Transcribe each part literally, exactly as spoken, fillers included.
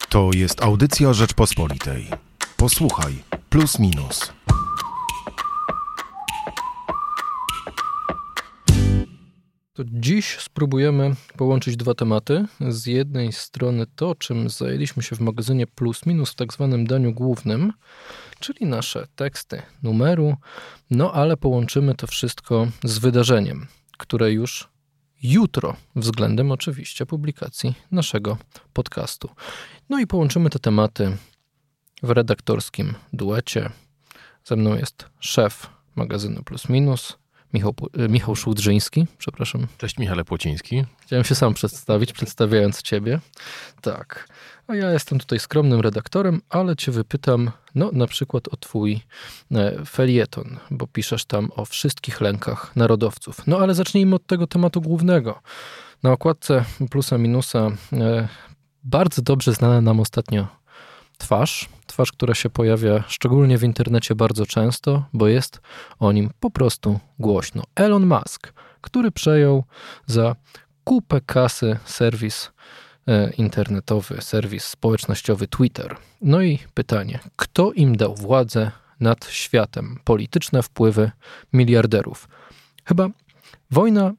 To jest audycja Rzeczpospolitej. Posłuchaj, plus minus. To dziś spróbujemy połączyć dwa tematy. Z jednej strony to, czym zajęliśmy się w magazynie Plus Minus w tak zwanym daniu głównym, czyli nasze teksty numeru, no ale połączymy to wszystko z wydarzeniem, które już jutro, względem oczywiście publikacji naszego podcastu. No i połączymy te tematy w redaktorskim duecie. Ze mną jest szef magazynu Plus Minus, Michał, Michał Szłudrzyński, przepraszam. Cześć, Michale Płociński. Chciałem się sam przedstawić, przedstawiając ciebie. Tak, a ja jestem tutaj skromnym redaktorem, ale cię wypytam, no na przykład o twój e, felieton, bo piszesz tam o wszystkich lękach narodowców. No ale zacznijmy od tego tematu głównego. Na okładce Plusa Minusa e, bardzo dobrze znana nam ostatnio twarz, twarz, która się pojawia szczególnie w internecie bardzo często, bo jest o nim po prostu głośno. Elon Musk, który przejął za kupę kasy serwis e, internetowy, serwis społecznościowy Twitter. No i pytanie, kto im dał władzę nad światem? Polityczne wpływy miliarderów. Chyba wojna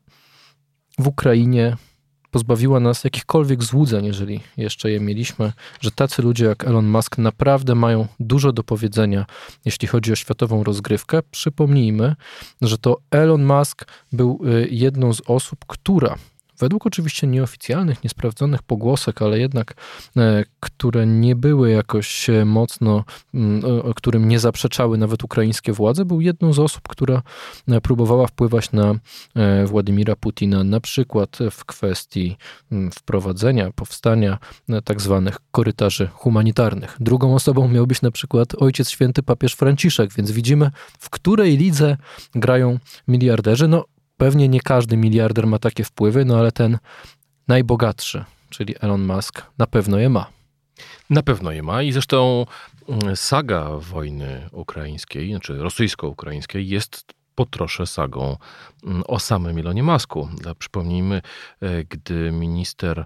w Ukrainie pozbawiła nas jakichkolwiek złudzeń, jeżeli jeszcze je mieliśmy, że tacy ludzie jak Elon Musk naprawdę mają dużo do powiedzenia, jeśli chodzi o światową rozgrywkę. Przypomnijmy, że to Elon Musk był jedną z osób, która według oczywiście nieoficjalnych, niesprawdzonych pogłosek, ale jednak, e, które nie były jakoś mocno, m, o, którym nie zaprzeczały nawet ukraińskie władze, był jedną z osób, która próbowała wpływać na e, Władimira Putina, na przykład w kwestii m, wprowadzenia, powstania e, tak zwanych korytarzy humanitarnych. Drugą osobą miał być na przykład Ojciec Święty papież Franciszek, więc widzimy, w której lidze grają miliarderzy. No, pewnie nie każdy miliarder ma takie wpływy, no ale ten najbogatszy, czyli Elon Musk, na pewno je ma. Na pewno je ma i zresztą saga wojny ukraińskiej, znaczy rosyjsko-ukraińskiej jest po trosze sagą o samym Elonie Musku. Przypomnijmy, gdy minister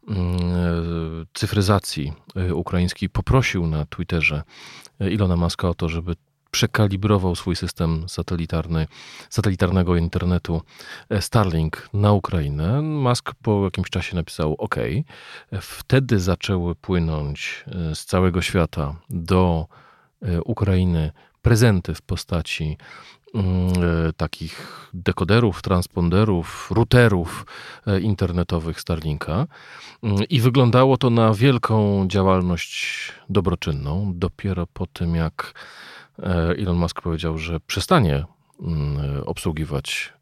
cyfryzacji ukraińskiej poprosił na Twitterze Elona Muska o to, żeby przekalibrował swój system satelitarny, satelitarnego internetu Starlink na Ukrainę. Musk po jakimś czasie napisał OK. Wtedy zaczęły płynąć z całego świata do Ukrainy prezenty w postaci takich dekoderów, transponderów, routerów internetowych Starlinka i wyglądało to na wielką działalność dobroczynną. Dopiero po tym, jak Elon Musk powiedział, że przestanie obsługiwać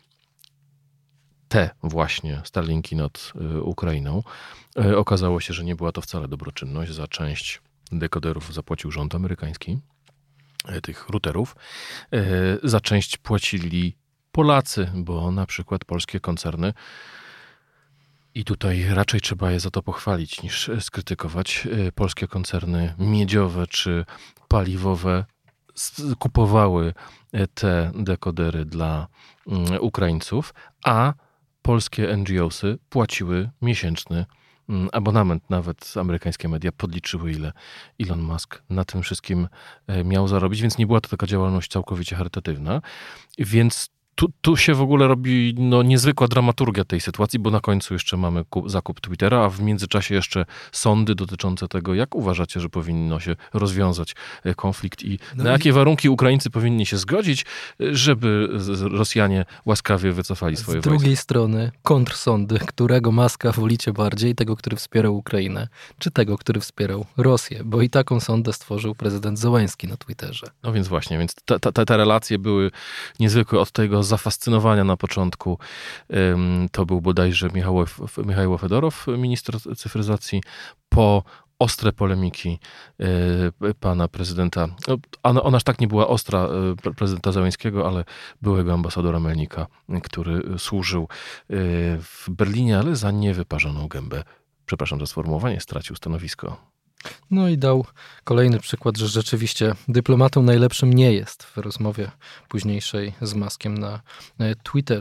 te właśnie Starlinki nad Ukrainą, okazało się, że nie była to wcale dobroczynność. Za część dekoderów zapłacił rząd amerykański, tych routerów. Za część płacili Polacy, bo na przykład polskie koncerny, i tutaj raczej trzeba je za to pochwalić niż skrytykować, polskie koncerny miedziowe czy paliwowe kupowały te dekodery dla Ukraińców, a polskie N G O sy płaciły miesięczny abonament. Nawet amerykańskie media podliczyły, ile Elon Musk na tym wszystkim miał zarobić, więc nie była to taka działalność całkowicie charytatywna. Więc Tu, tu się w ogóle robi no, niezwykła dramaturgia tej sytuacji, bo na końcu jeszcze mamy kup, zakup Twittera, a w międzyczasie jeszcze sądy dotyczące tego, jak uważacie, że powinno się rozwiązać konflikt i no na i... jakie warunki Ukraińcy powinni się zgodzić, żeby Rosjanie łaskawie wycofali swoje wojska. Z drugiej strony kontrsądy, którego Muska wolicie bardziej, tego, który wspierał Ukrainę, czy tego, który wspierał Rosję, bo i taką sondę stworzył prezydent Zełański na Twitterze. No więc właśnie, więc te, te, te relacje były niezwykłe. Od tego zafascynowania na początku to był bodajże Michał, Michał Fedorow, minister cyfryzacji, po ostre polemiki pana prezydenta, ona, ona aż tak nie była ostra, prezydenta Zełańskiego, ale byłego ambasadora Melnika, który służył w Berlinie, ale za niewyparzoną gębę, przepraszam za sformułowanie, stracił stanowisko. No i dał kolejny przykład, że rzeczywiście dyplomatą najlepszym nie jest w rozmowie późniejszej z Muskiem na Twitterze.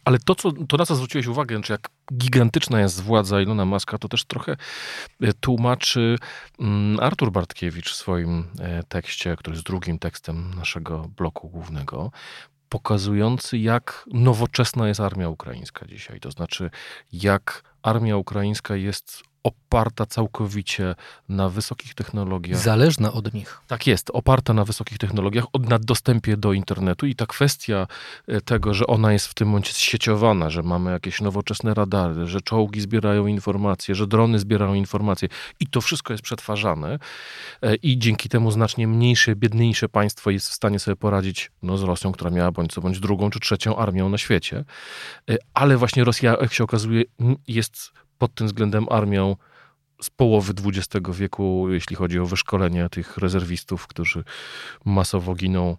Ale to, co, to, na co zwróciłeś uwagę, czy jak gigantyczna jest władza Ilona Muska, to też trochę tłumaczy Artur Bartkiewicz w swoim tekście, który jest drugim tekstem naszego bloku głównego, pokazujący, jak nowoczesna jest armia ukraińska dzisiaj. To znaczy, jak armia ukraińska jest oparta całkowicie na wysokich technologiach. Zależna od nich. Tak jest, oparta na wysokich technologiach, na dostępie do internetu i ta kwestia tego, że ona jest w tym momencie zsieciowana, że mamy jakieś nowoczesne radary, że czołgi zbierają informacje, że drony zbierają informacje i to wszystko jest przetwarzane i dzięki temu znacznie mniejsze, biedniejsze państwo jest w stanie sobie poradzić no, z Rosją, która miała bądź co bądź drugą czy trzecią armią na świecie. Ale właśnie Rosja, jak się okazuje, jest pod tym względem armią z połowy dwudziestego wieku, jeśli chodzi o wyszkolenie tych rezerwistów, którzy masowo giną.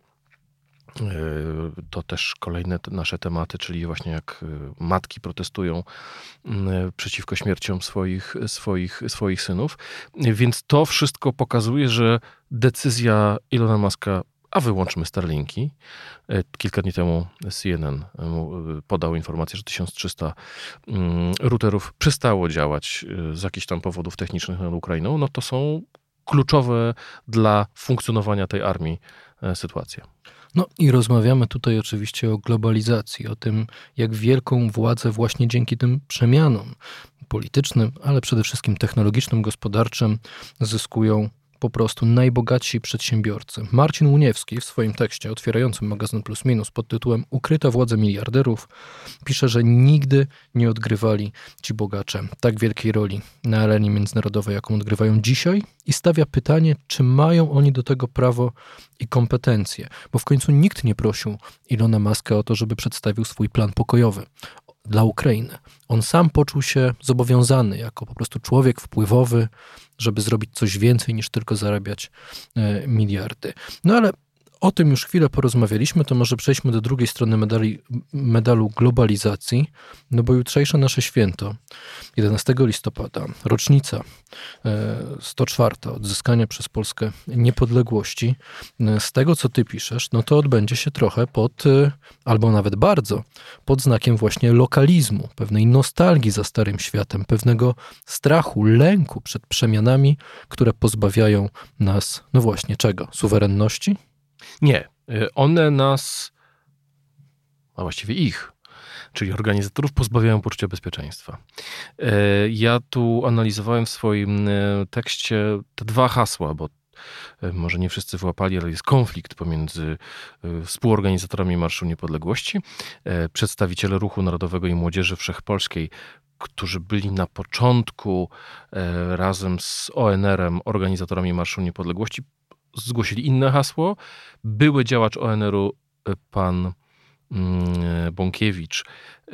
To też kolejne nasze tematy, czyli właśnie jak matki protestują przeciwko śmierciom swoich, swoich, swoich synów. Więc to wszystko pokazuje, że decyzja Ilona Muska, a wyłączmy Starlinki. Kilka dni temu C N N podał informację, że tysiąc trzysta routerów przestało działać z jakichś tam powodów technicznych nad Ukrainą. No to są kluczowe dla funkcjonowania tej armii sytuacje. No i rozmawiamy tutaj oczywiście o globalizacji, o tym, jak wielką władzę właśnie dzięki tym przemianom politycznym, ale przede wszystkim technologicznym, gospodarczym zyskują po prostu najbogatsi przedsiębiorcy. Marcin Łuniewski w swoim tekście otwierającym magazyn Plus Minus pod tytułem Ukryta władza miliarderów pisze, że nigdy nie odgrywali ci bogacze tak wielkiej roli na arenie międzynarodowej, jaką odgrywają dzisiaj i stawia pytanie, czy mają oni do tego prawo i kompetencje, bo w końcu nikt nie prosił Ilona Muska o to, żeby przedstawił swój plan pokojowy dla Ukrainy. On sam poczuł się zobowiązany jako po prostu człowiek wpływowy, żeby zrobić coś więcej niż tylko zarabiać e, miliardy. No ale o tym już chwilę porozmawialiśmy, to może przejdźmy do drugiej strony medali, medalu globalizacji, no bo jutrzejsze nasze święto, jedenastego listopada, rocznica e, sto czwarta odzyskania przez Polskę niepodległości. E, z tego, co ty piszesz, no to odbędzie się trochę pod, e, albo nawet bardzo, pod znakiem właśnie lokalizmu, pewnej nostalgii za starym światem, pewnego strachu, lęku przed przemianami, które pozbawiają nas, no właśnie czego? Suwerenności? Nie, one nas, a właściwie ich, czyli organizatorów, pozbawiają poczucia bezpieczeństwa. Ja tu analizowałem w swoim tekście te dwa hasła, bo może nie wszyscy wyłapali, ale jest konflikt pomiędzy współorganizatorami Marszu Niepodległości, przedstawiciele Ruchu Narodowego i Młodzieży Wszechpolskiej, którzy byli na początku razem z O N R-em organizatorami Marszu Niepodległości, zgłosili inne hasło. Były działacz O N R-u, pan Bąkiewicz,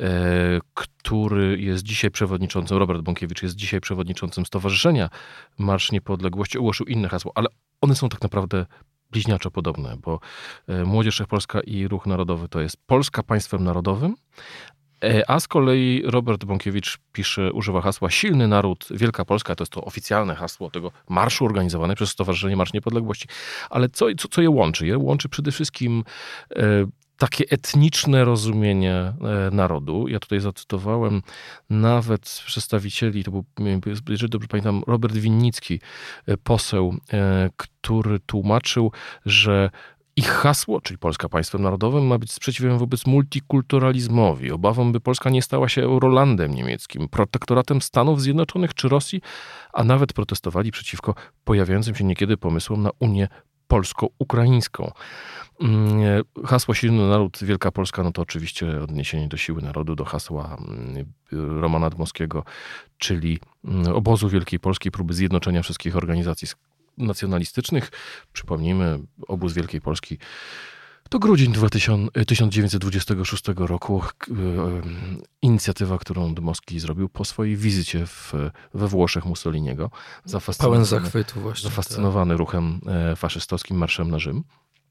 który jest dzisiaj przewodniczącym, Robert Bąkiewicz jest dzisiaj przewodniczącym Stowarzyszenia Marsz Niepodległości, ogłosił inne hasło, ale one są tak naprawdę bliźniaczo podobne, bo Młodzież Wszechpolska i Ruch Narodowy to jest Polska państwem narodowym, a z kolei Robert Bąkiewicz pisze, używa hasła Silny Naród, Wielka Polska, to jest to oficjalne hasło tego marszu organizowanego przez Stowarzyszenie Marsz Niepodległości. Ale co, co, co je łączy? Je łączy przede wszystkim e, takie etniczne rozumienie e, narodu. Ja tutaj zacytowałem nawet przedstawicieli, to był, jeżeli dobrze pamiętam, Robert Winnicki, e, poseł, e, który tłumaczył, że ich hasło, czyli Polska państwem narodowym, ma być sprzeciwem wobec multikulturalizmowi, obawą, by Polska nie stała się Eurolandem niemieckim, protektoratem Stanów Zjednoczonych czy Rosji, a nawet protestowali przeciwko pojawiającym się niekiedy pomysłom na Unię polsko-ukraińską. Hasło Silny Naród, Wielka Polska, no to oczywiście odniesienie do siły narodu, do hasła Romana Dmowskiego, czyli obozu Wielkiej Polski, próby zjednoczenia wszystkich organizacji nacjonalistycznych. Przypomnijmy, obóz Wielkiej Polski to grudzień tysiąc dziewięćset dwudziestego szóstego roku. Inicjatywa, którą Dmowski zrobił po swojej wizycie w, we Włoszech Mussoliniego. Pełen zachwytu właśnie. Zafascynowany tak. ruchem faszystowskim, marszem na Rzym.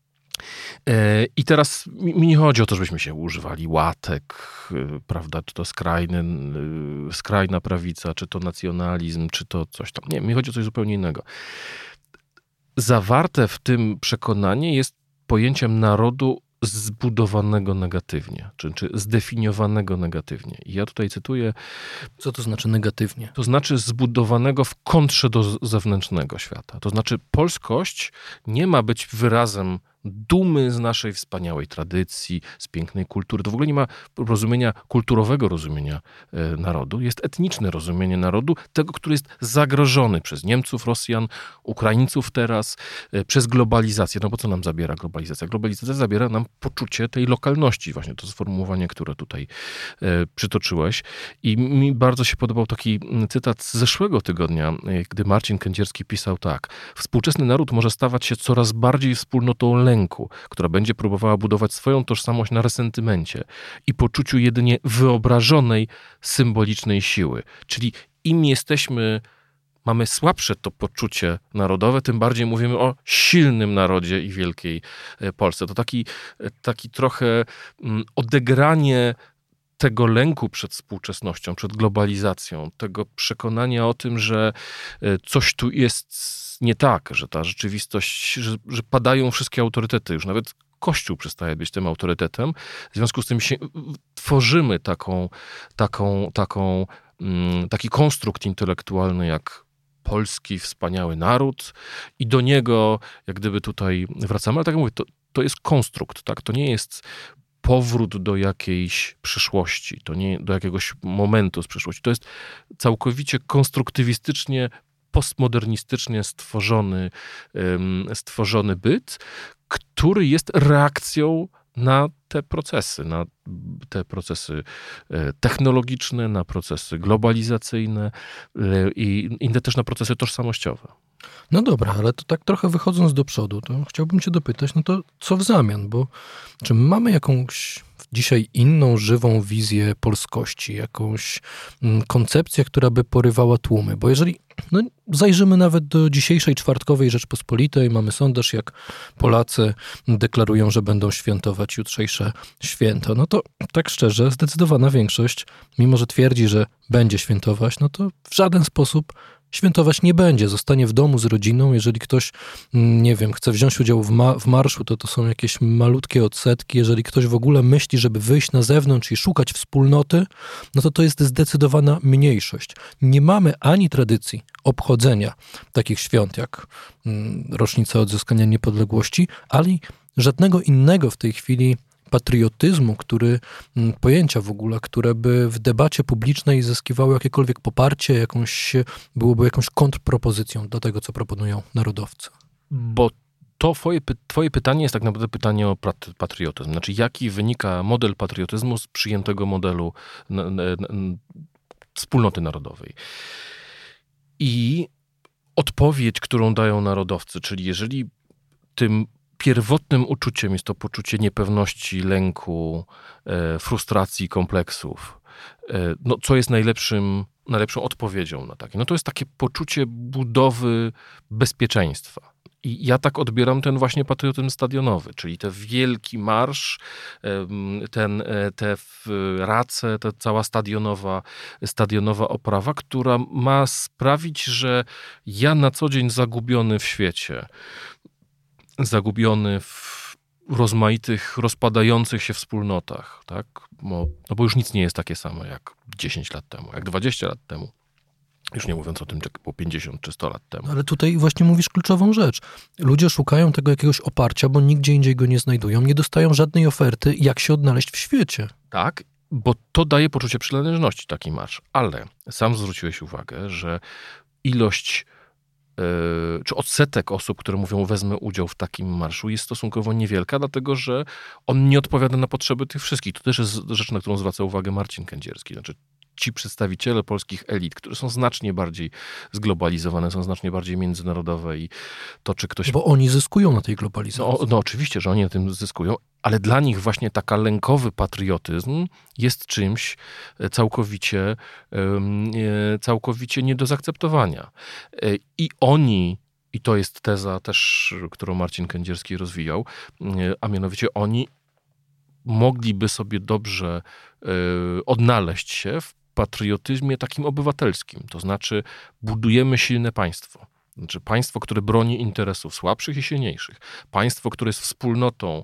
I teraz mi nie chodzi o to, żebyśmy się używali łatek, prawda, czy to skrajny, skrajna prawica, czy to nacjonalizm, czy to coś tam. Nie, mi chodzi o coś zupełnie innego. Zawarte w tym przekonanie jest pojęciem narodu zbudowanego negatywnie, czy, czy zdefiniowanego negatywnie. I ja tutaj cytuję... Co to znaczy negatywnie? To znaczy zbudowanego w kontrze do zewnętrznego świata. To znaczy polskość nie ma być wyrazem dumy z naszej wspaniałej tradycji, z pięknej kultury. To w ogóle nie ma rozumienia, kulturowego rozumienia e, narodu. Jest etniczne rozumienie narodu, tego, który jest zagrożony przez Niemców, Rosjan, Ukraińców teraz, e, przez globalizację. No bo co nam zabiera globalizacja? Globalizacja zabiera nam poczucie tej lokalności. Właśnie to sformułowanie, które tutaj e, przytoczyłeś. I mi bardzo się podobał taki cytat z zeszłego tygodnia, e, gdy Marcin Kędzierski pisał tak. Współczesny naród może stawać się coraz bardziej wspólnotą lęku, która będzie próbowała budować swoją tożsamość na resentymencie i poczuciu jedynie wyobrażonej, symbolicznej siły. Czyli im jesteśmy, mamy słabsze to poczucie narodowe, tym bardziej mówimy o silnym narodzie i wielkiej Polsce. To taki, taki trochę odegranie tego lęku przed współczesnością, przed globalizacją, tego przekonania o tym, że coś tu jest nie tak, że ta rzeczywistość, że, że padają wszystkie autorytety, już nawet Kościół przestaje być tym autorytetem. W związku z tym się, tworzymy taką, taką, taką, taki konstrukt intelektualny jak polski wspaniały naród i do niego jak gdyby tutaj wracamy. Ale tak jak mówię, to, to jest konstrukt, tak? To nie jest powrót do jakiejś przyszłości, to nie do jakiegoś momentu z przyszłości. To jest całkowicie konstruktywistycznie, postmodernistycznie stworzony, stworzony byt, który jest reakcją na te procesy, na te procesy technologiczne, na procesy globalizacyjne i, i też na procesy tożsamościowe. No dobra, ale to tak trochę wychodząc do przodu, to chciałbym cię dopytać, no to co w zamian? Bo czy mamy jakąś dzisiaj inną, żywą wizję polskości, jakąś koncepcję, która by porywała tłumy? Bo jeżeli no, zajrzymy nawet do dzisiejszej czwartkowej Rzeczpospolitej, mamy sondaż, jak Polacy deklarują, że będą świętować jutrzejsze święto, no to tak szczerze, zdecydowana większość, mimo że twierdzi, że będzie świętować, no to w żaden sposób świętować nie będzie. Zostanie w domu z rodziną. Jeżeli ktoś, nie wiem, chce wziąć udział w, ma- w marszu, to to są jakieś malutkie odsetki. Jeżeli ktoś w ogóle myśli, żeby wyjść na zewnątrz i szukać wspólnoty, no to to jest zdecydowana mniejszość. Nie mamy ani tradycji obchodzenia takich świąt, jak mm, rocznica odzyskania niepodległości, ani żadnego innego w tej chwili patriotyzmu, który, pojęcia w ogóle, które by w debacie publicznej zyskiwały jakiekolwiek poparcie, jakąś, byłoby jakąś kontrpropozycją do tego, co proponują narodowcy. Bo to twoje, twoje pytanie jest tak naprawdę pytanie o patriotyzm. Znaczy, jaki wynika model patriotyzmu z przyjętego modelu n- n- n- wspólnoty narodowej. I odpowiedź, którą dają narodowcy, czyli jeżeli tym pierwotnym uczuciem jest to poczucie niepewności, lęku, e, frustracji, kompleksów. E, no, co jest najlepszym, najlepszą odpowiedzią na takie? No to jest takie poczucie budowy bezpieczeństwa. I ja tak odbieram ten właśnie patriotyzm stadionowy, czyli ten wielki marsz, ten, te race, ta cała stadionowa, stadionowa oprawa, która ma sprawić, że ja na co dzień zagubiony w świecie, zagubiony w rozmaitych, rozpadających się wspólnotach, tak? Bo, no bo już nic nie jest takie samo jak dziesięć lat temu, jak dwadzieścia lat temu. Już nie mówiąc o tym, jak było pięćdziesiąt czy sto lat temu. Ale tutaj właśnie mówisz kluczową rzecz. Ludzie szukają tego jakiegoś oparcia, bo nigdzie indziej go nie znajdują. Nie dostają żadnej oferty, jak się odnaleźć w świecie. Tak, bo to daje poczucie przynależności, taki marsz. Ale sam zwróciłeś uwagę, że ilość czy odsetek osób, które mówią, wezmę udział w takim marszu, jest stosunkowo niewielka, dlatego że on nie odpowiada na potrzeby tych wszystkich. To też jest rzecz, na którą zwraca uwagę Marcin Kędzierski. Znaczy ci przedstawiciele polskich elit, które są znacznie bardziej zglobalizowane, są znacznie bardziej międzynarodowe i to, czy ktoś... Bo oni zyskują na tej globalizacji. No, no oczywiście, że oni na tym zyskują, ale dla nich właśnie taka lękowy patriotyzm jest czymś całkowicie, całkowicie nie do zaakceptowania. I oni, i to jest teza też, którą Marcin Kędzierski rozwijał, a mianowicie oni mogliby sobie dobrze odnaleźć się w patriotyzmie takim obywatelskim. To znaczy budujemy silne państwo. Znaczy państwo, które broni interesów słabszych i silniejszych. Państwo, które jest wspólnotą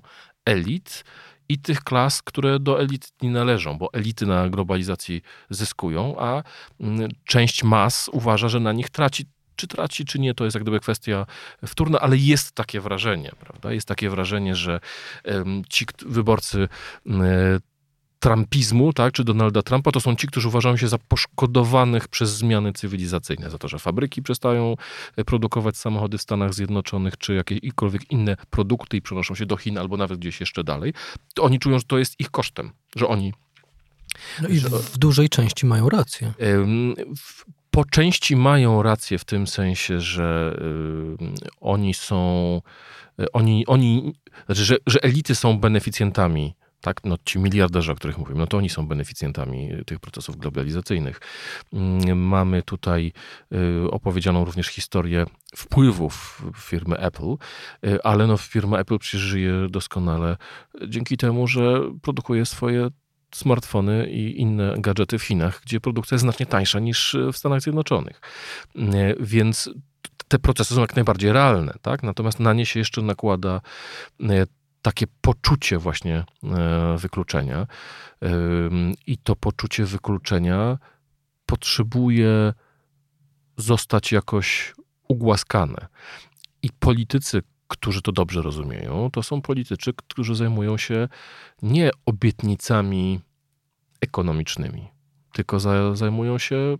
elit i tych klas, które do elit nie należą, bo elity na globalizacji zyskują, a część mas uważa, że na nich traci. Czy traci, czy nie, to jest jak gdyby kwestia wtórna, ale jest takie wrażenie, prawda? Jest takie wrażenie, że um, ci wyborcy um, trumpizmu, tak, czy Donalda Trumpa, to są ci, którzy uważają się za poszkodowanych przez zmiany cywilizacyjne, za to, że fabryki przestają produkować samochody w Stanach Zjednoczonych, czy jakiekolwiek inne produkty i przenoszą się do Chin, albo nawet gdzieś jeszcze dalej. To oni czują, że to jest ich kosztem, że oni... No i w, w dużej części mają rację. Um, w, Po części mają rację w tym sensie, że y, oni są, y, oni, oni, znaczy, że, że elity są beneficjentami, tak, no ci miliarderzy, o których mówimy, no to oni są beneficjentami tych procesów globalizacyjnych. Y, mamy tutaj y, opowiedzianą również historię wpływów firmy Apple, y, ale no firma Apple przecież żyje doskonale dzięki temu, że produkuje swoje smartfony i inne gadżety w Chinach, gdzie produkcja jest znacznie tańsza niż w Stanach Zjednoczonych. Więc te procesy są jak najbardziej realne, tak? Natomiast na nie się jeszcze nakłada takie poczucie właśnie wykluczenia. I to poczucie wykluczenia potrzebuje zostać jakoś ugłaskane. I politycy, którzy to dobrze rozumieją, to są politycy, którzy zajmują się nie obietnicami ekonomicznymi, tylko za, zajmują się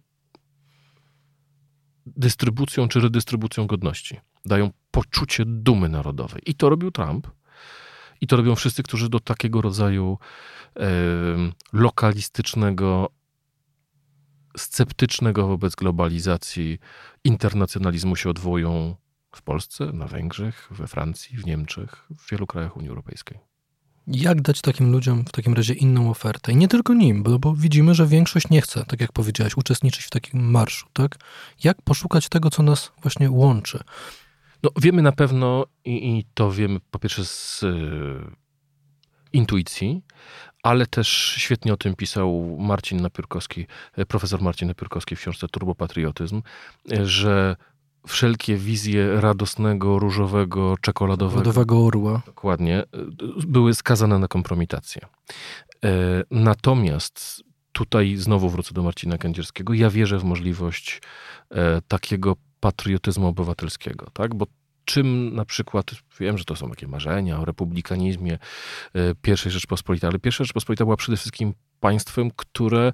dystrybucją czy redystrybucją godności. Dają poczucie dumy narodowej. I to robił Trump. I to robią wszyscy, którzy do takiego rodzaju e, lokalistycznego, sceptycznego wobec globalizacji, internacjonalizmu się odwołują w Polsce, na Węgrzech, we Francji, w Niemczech, w wielu krajach Unii Europejskiej. Jak dać takim ludziom w takim razie inną ofertę? I nie tylko nim, bo, bo widzimy, że większość nie chce, tak jak powiedziałeś, uczestniczyć w takim marszu, tak? Jak poszukać tego, co nas właśnie łączy? No wiemy na pewno i, i to wiemy po pierwsze z y, intuicji, ale też świetnie o tym pisał Marcin Napiórkowski, profesor Marcin Napiórkowski w książce Turbopatriotyzm, że wszelkie wizje radosnego, różowego, czekoladowego Lodowego orła. Dokładnie, były skazane na kompromitację. Natomiast tutaj znowu wrócę do Marcina Kędzierskiego. Ja wierzę w możliwość takiego patriotyzmu obywatelskiego, tak? Bo czym na przykład, wiem, że to są takie marzenia o republikanizmie pierwszej Rzeczpospolitej, ale pierwsza Rzeczpospolita była przede wszystkim państwem, które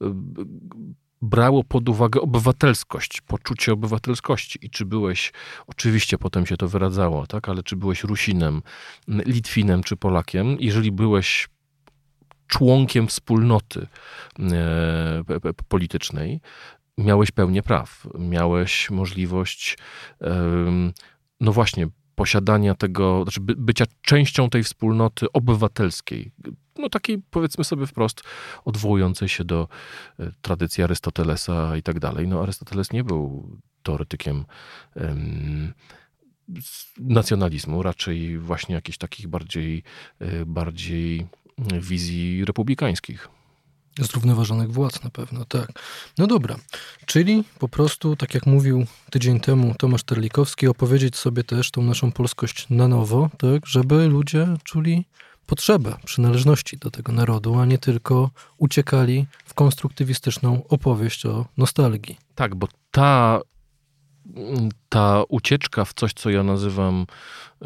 brało pod uwagę obywatelskość, poczucie obywatelskości. I czy byłeś, oczywiście potem się to wyradzało, tak, ale czy byłeś Rusinem, Litwinem czy Polakiem, jeżeli byłeś członkiem wspólnoty e, politycznej, miałeś pełnię praw, miałeś możliwość, e, no właśnie, posiadania tego, znaczy by, bycia częścią tej wspólnoty obywatelskiej, no takiej, powiedzmy sobie wprost, odwołującej się do e, tradycji Arystotelesa i tak dalej. No Arystoteles nie był teoretykiem em, nacjonalizmu, raczej właśnie jakichś takich bardziej, e, bardziej wizji republikańskich. Zrównoważonych władz na pewno, tak. No dobra, czyli po prostu, tak jak mówił tydzień temu Tomasz Terlikowski, opowiedzieć sobie też tą naszą polskość na nowo, tak, żeby ludzie czuli potrzebę przynależności do tego narodu, a nie tylko uciekali w konstruktywistyczną opowieść o nostalgii. Tak, bo ta, ta ucieczka w coś, co ja nazywam y,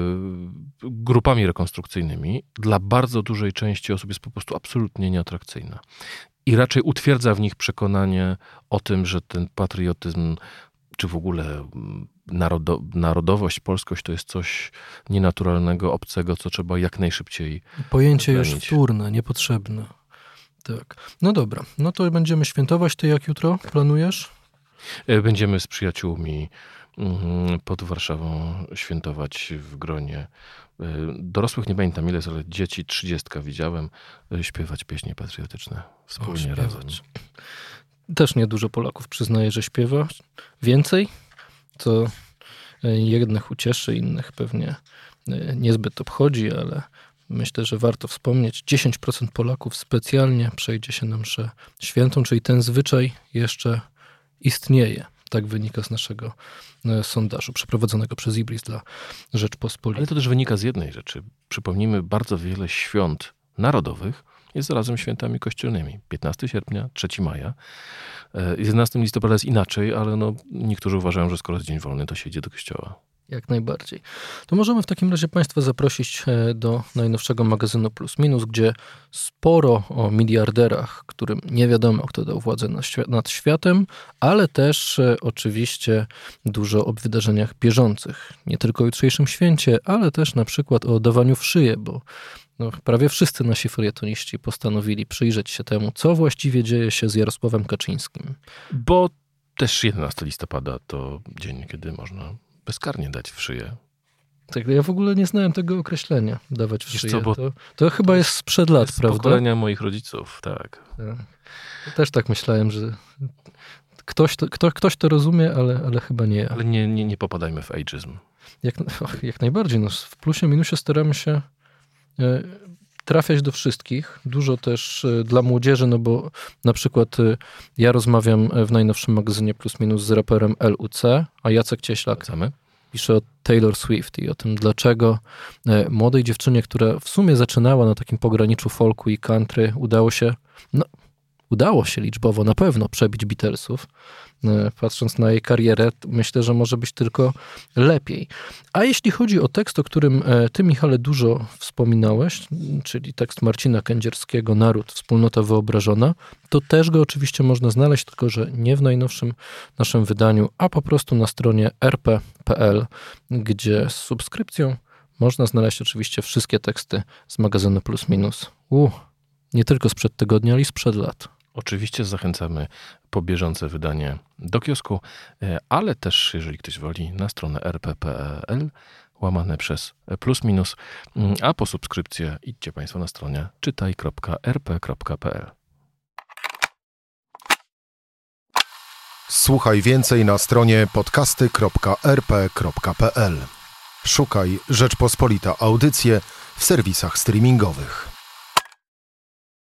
grupami rekonstrukcyjnymi, dla bardzo dużej części osób jest po prostu absolutnie nieatrakcyjna. I raczej utwierdza w nich przekonanie o tym, że ten patriotyzm, czy w ogóle narodo, narodowość, polskość to jest coś nienaturalnego, obcego, co trzeba jak najszybciej Pojęcie już wyplenić. wtórne, niepotrzebne. Tak. No dobra, no to będziemy świętować. Ty jak jutro planujesz? Będziemy z przyjaciółmi pod Warszawą świętować w gronie dorosłych, nie pamiętam ile, ale dzieci trzydziestka widziałem, śpiewać pieśni patriotyczne wspólnie O, razem. Też niedużo Polaków przyznaje, że śpiewa. Więcej, co jednych ucieszy, innych pewnie niezbyt obchodzi, ale myślę, że warto wspomnieć. dziesięć procent Polaków specjalnie przejdzie się na mszę świętą, czyli ten zwyczaj jeszcze istnieje. Tak wynika z naszego e, sondażu przeprowadzonego przez Ibris dla Rzeczpospolitej. Ale to też wynika z jednej rzeczy. Przypomnijmy, bardzo wiele świąt narodowych jest zarazem świętami kościelnymi. piętnastego sierpnia, trzeciego maja. jedenastego listopada jest inaczej, ale no, niektórzy uważają, że skoro jest dzień wolny, to się idzie do kościoła. Jak najbardziej. To możemy w takim razie Państwa zaprosić do najnowszego magazynu Plus Minus, gdzie sporo o miliarderach, którym nie wiadomo, kto dał władzę nad światem, ale też oczywiście dużo o wydarzeniach bieżących. Nie tylko o jutrzejszym święcie, ale też na przykład o dawaniu w szyję, bo no, prawie wszyscy nasi felietoniści postanowili przyjrzeć się temu, co właściwie dzieje się z Jarosławem Kaczyńskim. Bo też jedenastego listopada to dzień, kiedy można bezkarnie dać w szyję. Tak, ja w ogóle nie znałem tego określenia, dawać w Wiesz szyję. co, bo to, to chyba jest sprzed lat, z prawda? pokolenia moich rodziców, tak. Ja też tak myślałem, że ktoś to, kto, ktoś to rozumie, ale, ale chyba nie ja. Ale nie, nie, nie popadajmy w ageizm. Jak, jak najbardziej. No, w plusie, minusie staramy się e, trafiać do wszystkich. Dużo też e, dla młodzieży, no bo na przykład e, ja rozmawiam w najnowszym magazynie Plus Minus z raperem L U C, a Jacek Cieślak Wracamy? pisze o Taylor Swift i o tym, dlaczego e, młodej dziewczynie, która w sumie zaczynała na takim pograniczu folku i country, udało się, no, udało się liczbowo na pewno przebić Beatlesów. E, patrząc na jej karierę, myślę, że może być tylko lepiej. A jeśli chodzi o tekst, o którym e, ty, Michale, dużo wspominałeś, czyli tekst Marcina Kędzierskiego, Naród, wspólnota wyobrażona, to też go oczywiście można znaleźć, tylko że nie w najnowszym naszym wydaniu, a po prostu na stronie r p kropka p l, gdzie z subskrypcją można znaleźć oczywiście wszystkie teksty z magazynu Plus Minus. U, nie tylko sprzed tygodnia, ale i sprzed lat. Oczywiście zachęcamy po bieżące wydanie do kiosku, ale też, jeżeli ktoś woli, na stronę r p kropka p l łamane przez plus minus, a po subskrypcję idźcie Państwo na stronę czytaj kropka r p kropka p l. Słuchaj więcej na stronie podcasty kropka r p kropka p l. Szukaj Rzeczpospolita Audycje w serwisach streamingowych.